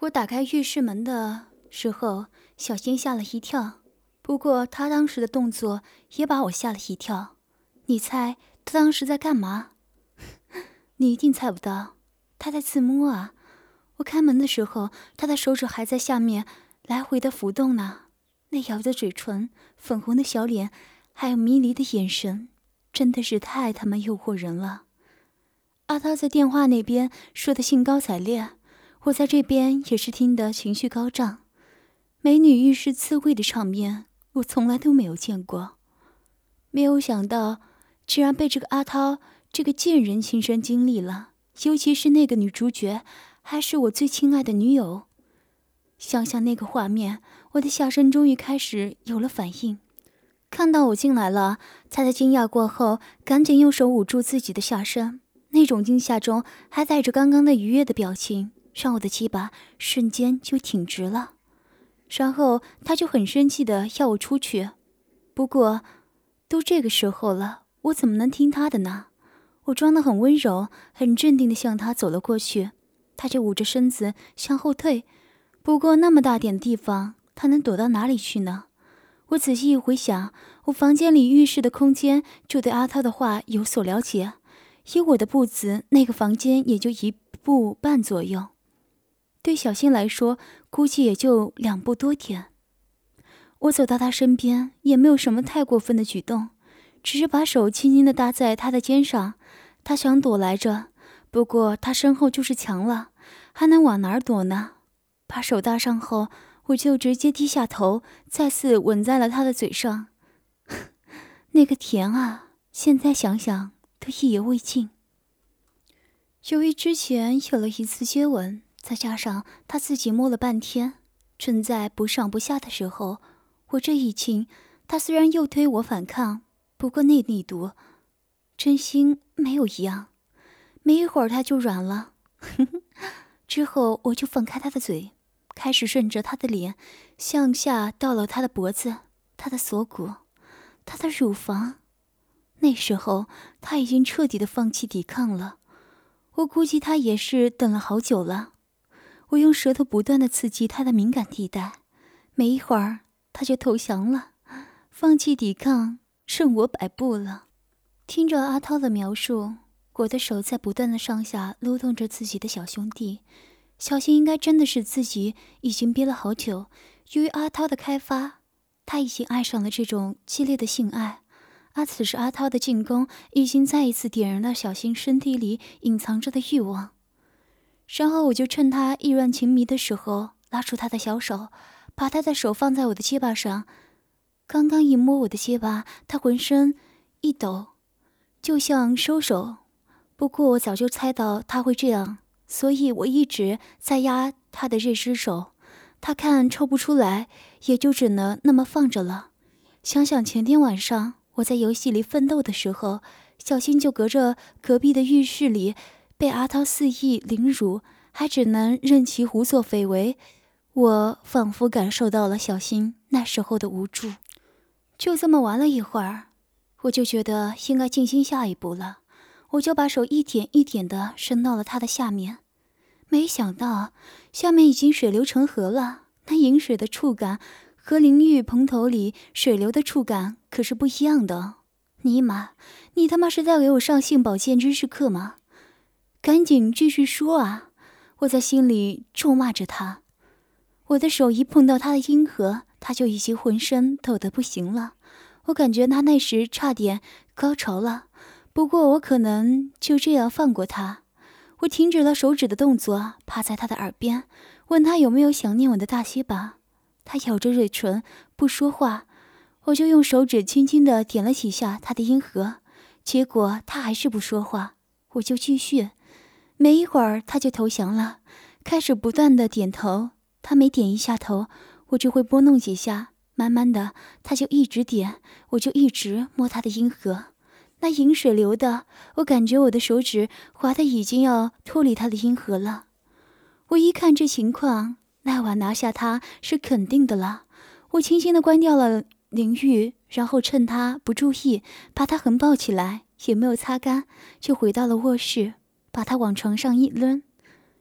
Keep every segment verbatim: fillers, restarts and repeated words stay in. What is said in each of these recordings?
我打开浴室门的时候，小新吓了一跳，不过他当时的动作也把我吓了一跳。你猜他当时在干嘛？你一定猜不到，他在自摸啊！我开门的时候，他的手指还在下面来回的浮动呢，那咬着嘴唇、粉红的小脸，还有迷离的眼神，真的是太他妈诱惑人了。阿涛在电话那边说的兴高采烈，我在这边也是听得情绪高涨。美女浴室自慰的场面，我从来都没有见过，没有想到居然被这个阿涛这个贱人亲身经历了，尤其是那个女主角还是我最亲爱的女友。想想那个画面，我的下身终于开始有了反应。看到我进来了，他在惊讶过后赶紧用手捂住自己的下身，那种惊吓中还带着刚刚的愉悦的表情，让我的鸡巴瞬间就挺直了。然后他就很生气的要我出去，不过都这个时候了，我怎么能听他的呢？我装得很温柔很镇定的向他走了过去，他就捂着身子向后退。不过那么大点的地方，他能躲到哪里去呢？我仔细一回想，我房间里浴室的空间就对阿涛的话有所了解，以我的步子，那个房间也就一步半左右，对小新来说估计也就两步多点。我走到他身边，也没有什么太过分的举动，只是把手轻轻地搭在他的肩上。他想躲来着，不过他身后就是墙了，还能往哪儿躲呢？把手搭上后，我就直接低下头，再次吻在了他的嘴上。那个甜啊，现在想想都意犹未尽。由于之前有了一次接吻，再加上他自己摸了半天，正在不上不下的时候，我这一亲，他虽然又推我反抗，不过那力度真心没有一样。没一会儿他就软了，之后我就放开他的嘴，开始顺着他的脸向下到了他的脖子、他的锁骨、他的乳房。那时候他已经彻底的放弃抵抗了，我估计他也是等了好久了。我用舌头不断的刺激他的敏感地带，没一会儿他就投降了，放弃抵抗，任我摆布了。听着阿涛的描述，我的手在不断的上下撸动着自己的小兄弟。小新应该真的是自己已经憋了好久，由于阿涛的开发，他已经爱上了这种激烈的性爱。而此时阿涛的进攻已经再一次点燃了小新身体里隐藏着的欲望。然后我就趁他意乱情迷的时候，拉出他的小手，把他的手放在我的肩膀上。刚刚一摸我的肩膀，他浑身一抖，就像收手。不过我早就猜到他会这样，所以我一直在压他的这只手。他看抽不出来，也就只能那么放着了。想想前天晚上我在游戏里奋斗的时候，小新就隔着隔壁的浴室里被阿涛肆意凌辱，还只能任其胡作非为。我仿佛感受到了小新那时候的无助。就这么玩了一会儿，我就觉得应该进行下一步了。我就把手一点一点地伸到了他的下面，没想到下面已经水流成河了。那饮水的触感和淋浴蓬头里水流的触感可是不一样的。尼玛，你他妈是在给我上性保健知识课吗？赶紧继续说啊！我在心里咒骂着他。我的手一碰到他的阴核，他就已经浑身抖得不行了。我感觉他那时差点高潮了，不过我可能就这样放过他。我停止了手指的动作，趴在他的耳边，问他有没有想念我的大西巴。他咬着嘴唇不说话，我就用手指轻轻地点了几下他的阴核，结果他还是不说话，我就继续。没一会儿他就投降了，开始不断地点头。他每点一下头，我就会拨弄几下，慢慢的他就一直点，我就一直摸他的阴核。那饮水流的，我感觉我的手指滑得已经要脱离他的阴核了。我一看这情况，那晚拿下他是肯定的了。我轻轻地关掉了淋浴，然后趁他不注意，把他横抱起来，也没有擦干，就回到了卧室，把他往床上一扔。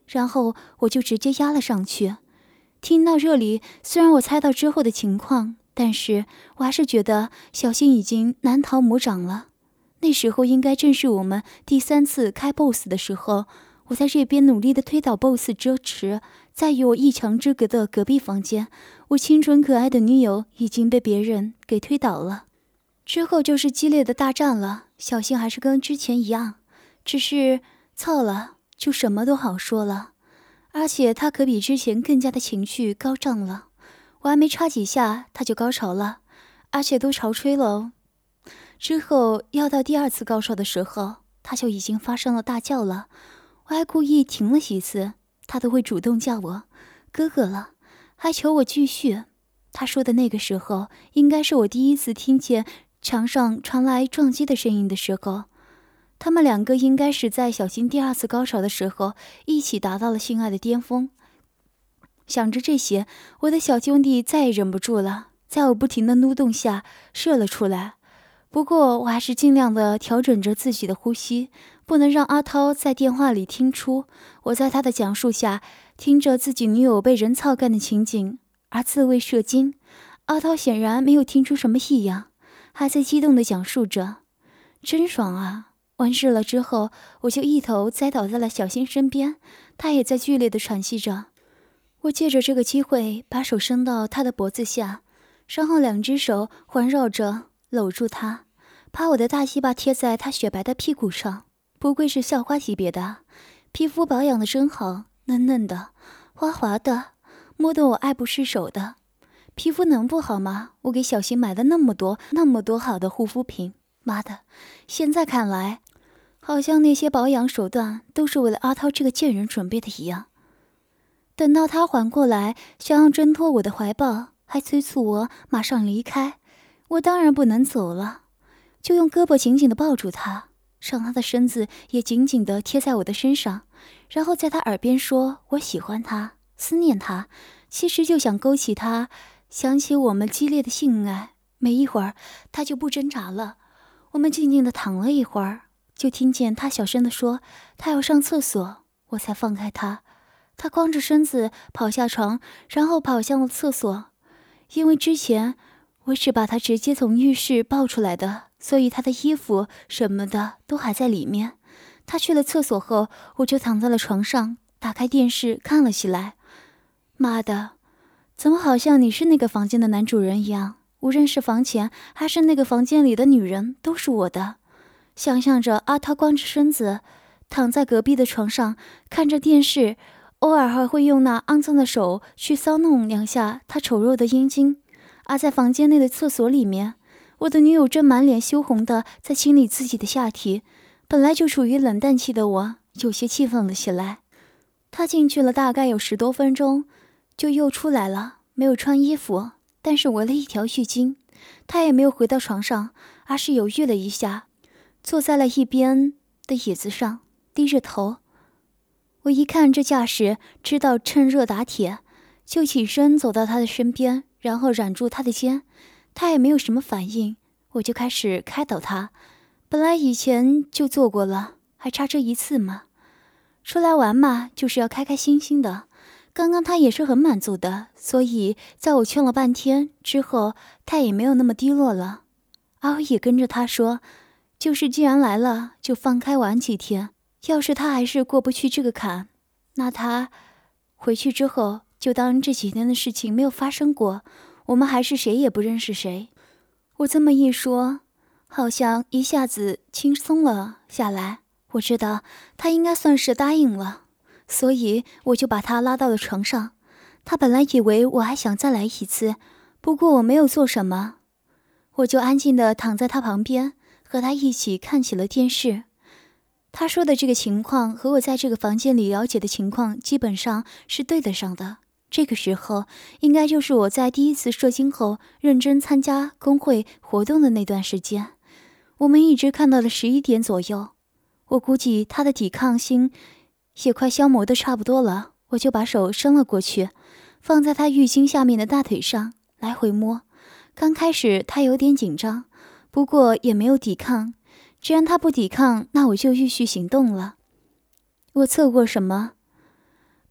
然后我就直接压了上去。听到这里，虽然我猜到之后的情况，但是我还是觉得小新已经难逃魔掌了。那时候应该正是我们第三次开 B O S S 的时候，我在这边努力的推倒 B O S S 之时，在与我一墙之隔的隔壁房间，我清纯可爱的女友已经被别人给推倒了。之后就是激烈的大战了，小新还是跟之前一样，只是操了就什么都好说了，而且他可比之前更加的情绪高涨了。我还没插几下他就高潮了，而且都潮吹了哦。之后要到第二次高潮的时候，他就已经发生了大叫了。我还故意停了几次，他都会主动叫我哥哥了，还求我继续。他说的那个时候，应该是我第一次听见墙上传来撞击的声音的时候。他们两个应该是在小新第二次高潮的时候一起达到了性爱的巅峰。想着这些，我的小兄弟再也忍不住了，在我不停的撸动下射了出来。不过我还是尽量的调整着自己的呼吸，不能让阿涛在电话里听出我在他的讲述下听着自己女友被人操干的情景而自慰射精。阿涛显然没有听出什么异样，还在激动的讲述着，真爽啊。完事了之后，我就一头栽倒在了小新身边，他也在剧烈的喘息着。我借着这个机会把手伸到他的脖子下，然后两只手环绕着搂住他，把我的大鸡巴贴在他雪白的屁股上。不愧是校花级别的，皮肤保养的真好，嫩嫩的，滑滑的，摸得我爱不释手的。皮肤能不好吗？我给小新买了那么多那么多好的护肤品，妈的，现在看来好像那些保养手段都是为了阿涛这个贱人准备的一样。等到他缓过来，想要挣脱我的怀抱，还催促我马上离开。我当然不能走了，就用胳膊紧紧地抱住他，让他的身子也紧紧地贴在我的身上，然后在他耳边说我喜欢他，思念他，其实就想勾起他想起我们激烈的性爱。没一会儿他就不挣扎了，我们静静地躺了一会儿，就听见他小声地说他要上厕所，我才放开他。他光着身子跑下床，然后跑向了厕所。因为之前我是把他直接从浴室抱出来的，所以他的衣服什么的都还在里面。他去了厕所后，我就躺在了床上，打开电视看了起来。妈的，怎么好像你是那个房间的男主人一样，无论是房前还是那个房间里的女人都是我的。想象着阿涛光着身子躺在隔壁的床上看着电视，偶尔还会用那肮脏的手去搔弄两下他丑陋的阴茎。而在房间内的厕所里面，我的女友正满脸羞红的在清理自己的下体。本来就处于冷淡期的我有些气愤了起来。她进去了大概有十多分钟就又出来了，没有穿衣服，但是围了一条浴巾。她也没有回到床上，而是犹豫了一下，坐在了一边的椅子上，低着头。我一看这架势，知道趁热打铁，就起身走到他的身边，然后揽住他的肩。他也没有什么反应，我就开始开导他。本来以前就做过了，还差这一次嘛。出来玩嘛，就是要开开心心的。刚刚他也是很满足的，所以在我劝了半天之后，他也没有那么低落了。而我也跟着他说，就是既然来了，就放开玩几天。要是他还是过不去这个坎，那他回去之后就当这几天的事情没有发生过，我们还是谁也不认识谁。我这么一说，好像一下子轻松了下来。我知道他应该算是答应了，所以我就把他拉到了床上。他本来以为我还想再来一次，不过我没有做什么，我就安静地躺在他旁边，和他一起看起了电视。他说的这个情况和我在这个房间里了解的情况基本上是对得上的。这个时候应该就是我在第一次射精后认真参加工会活动的那段时间。我们一直看到了十一点左右，我估计他的抵抗性也快消磨的差不多了，我就把手伸了过去，放在他浴巾下面的大腿上来回摸。刚开始他有点紧张，不过也没有抵抗。既然他不抵抗，那我就继续行动了。我测过什么？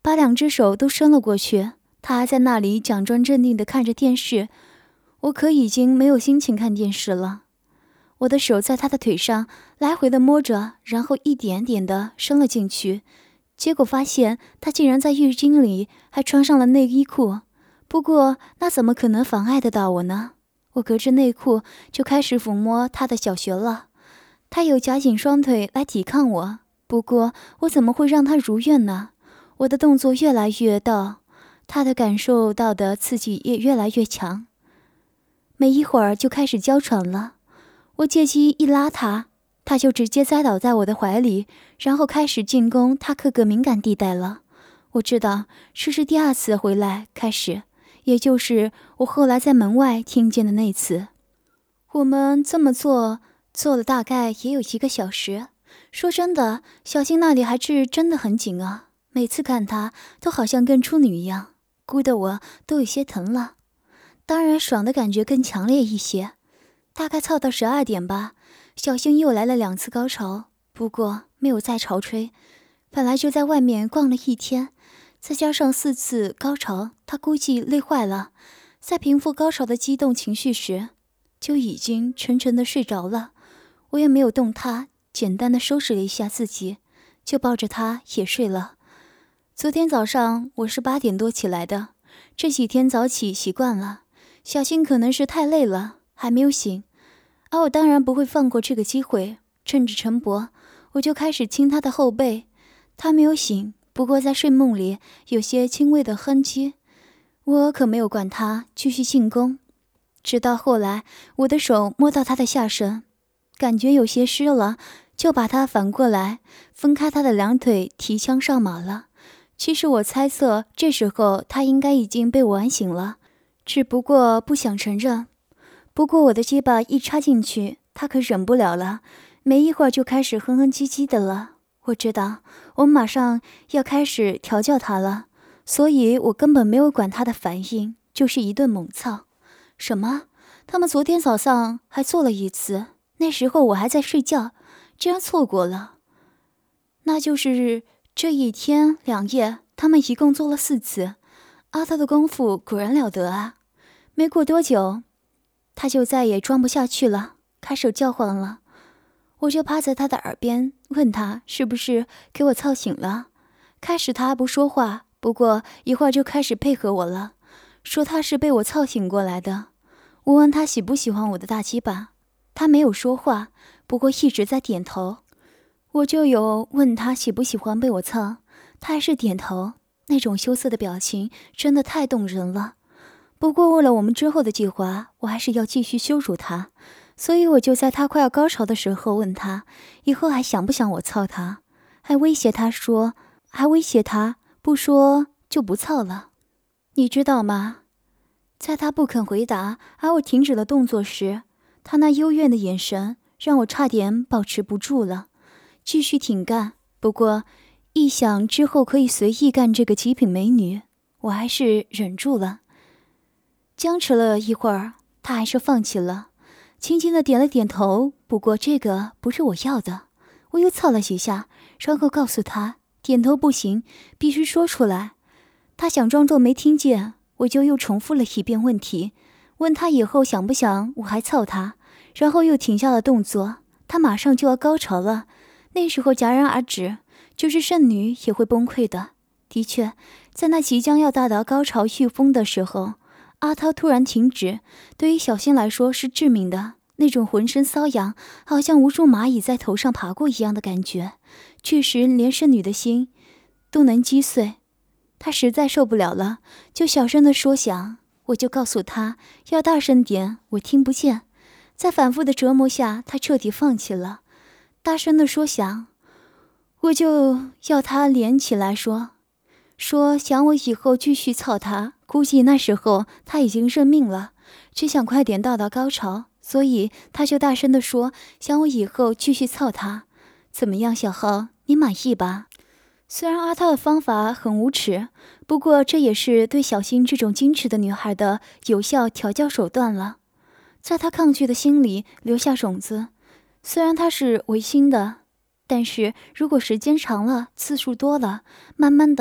把两只手都伸了过去。他还在那里假装镇定地看着电视，我可已经没有心情看电视了。我的手在他的腿上来回地摸着，然后一点点地伸了进去，结果发现他竟然在浴巾里还穿上了内衣裤。不过那怎么可能妨碍得到我呢？我隔着内裤就开始抚摸他的小穴了。他有夹紧双腿来抵抗我，不过我怎么会让他如愿呢？我的动作越来越到，他的感受到的刺激也越来越强，没一会儿就开始娇喘了。我借机一拉他，他就直接栽倒在我的怀里，然后开始进攻他各个敏感地带了。我知道这是第二次回来开始，也就是我后来在门外听见的那次。我们这么做做了大概也有一个小时。说真的，小新那里还是真的很紧啊，每次看他都好像跟处女一样，咕得我都有些疼了。当然爽的感觉更强烈一些。大概操到十二点吧，小新又来了两次高潮，不过没有再潮吹。本来就在外面逛了一天，再加上四次高潮，他估计累坏了，在平复高潮的激动情绪时就已经沉沉的睡着了。我也没有动他，简单的收拾了一下自己，就抱着他也睡了。昨天早上我是八点多起来的，这几天早起习惯了。小新可能是太累了，还没有醒，而我当然不会放过这个机会，趁着晨勃，我就开始亲他的后背。他没有醒，不过在睡梦里有些轻微的哼唧，我可没有管他，继续进攻。直到后来，我的手摸到他的下身，感觉有些湿了，就把他反过来，分开他的两腿，提枪上马了。其实我猜测，这时候他应该已经被我玩醒了，只不过不想承认。不过我的鸡巴一插进去，他可忍不了了，没一会儿就开始哼哼唧唧的了。我知道我马上要开始调教他了，所以我根本没有管他的反应，就是一顿猛操。什么？他们昨天早上还做了一次，那时候我还在睡觉，竟然错过了。那就是这一天两夜，他们一共做了四次。阿涛的功夫果然了得啊！没过多久，他就再也装不下去了，开始叫唤了。我就趴在他的耳边问他是不是给我操醒了。开始他不说话，不过一会儿就开始配合我了，说他是被我操醒过来的。我问他喜不喜欢我的大鸡巴，他没有说话，不过一直在点头。我就有问他喜不喜欢被我操，他还是点头，那种羞涩的表情真的太动人了。不过为了我们之后的计划，我还是要继续羞辱他，所以我就在他快要高潮的时候问他以后还想不想我操他，还威胁他说还威胁他不说就不操了。你知道吗？在他不肯回答而我停止了动作时，他那幽怨的眼神让我差点保持不住了，继续挺干。不过一想之后可以随意干这个极品美女，我还是忍住了。僵持了一会儿，他还是放弃了，轻轻地点了点头。不过这个不是我要的。我又操了几下，然后告诉他点头不行，必须说出来。他想装作没听见，我就又重复了一遍问题，问他以后想不想我还操他，然后又停下了动作。他马上就要高潮了，那时候戛然而止，就是剩女也会崩溃的。的确，在那即将要到达高潮飓风的时候，阿涛突然停止，对于小新来说是致命的，那种浑身瘙痒，好像无数蚂蚁在头上爬过一样的感觉，确实连剩女的心都能击碎。他实在受不了了，就小声地说响，我就告诉他要大声点，我听不见。在反复的折磨下，他彻底放弃了，大声地说响，我就要他连起来说说想我以后继续操他。估计那时候他已经认命了，只想快点到达高潮，所以他就大声地说想我以后继续操他。怎么样，小浩，你满意吧？虽然阿涛的方法很无耻，不过这也是对小新这种矜持的女孩的有效调教手段了，在他抗拒的心里留下种子。虽然他是违心的，但是如果时间长了，次数多了，慢慢的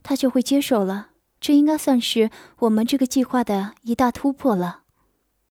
他就会接手了。这应该算是我们这个计划的一大突破了。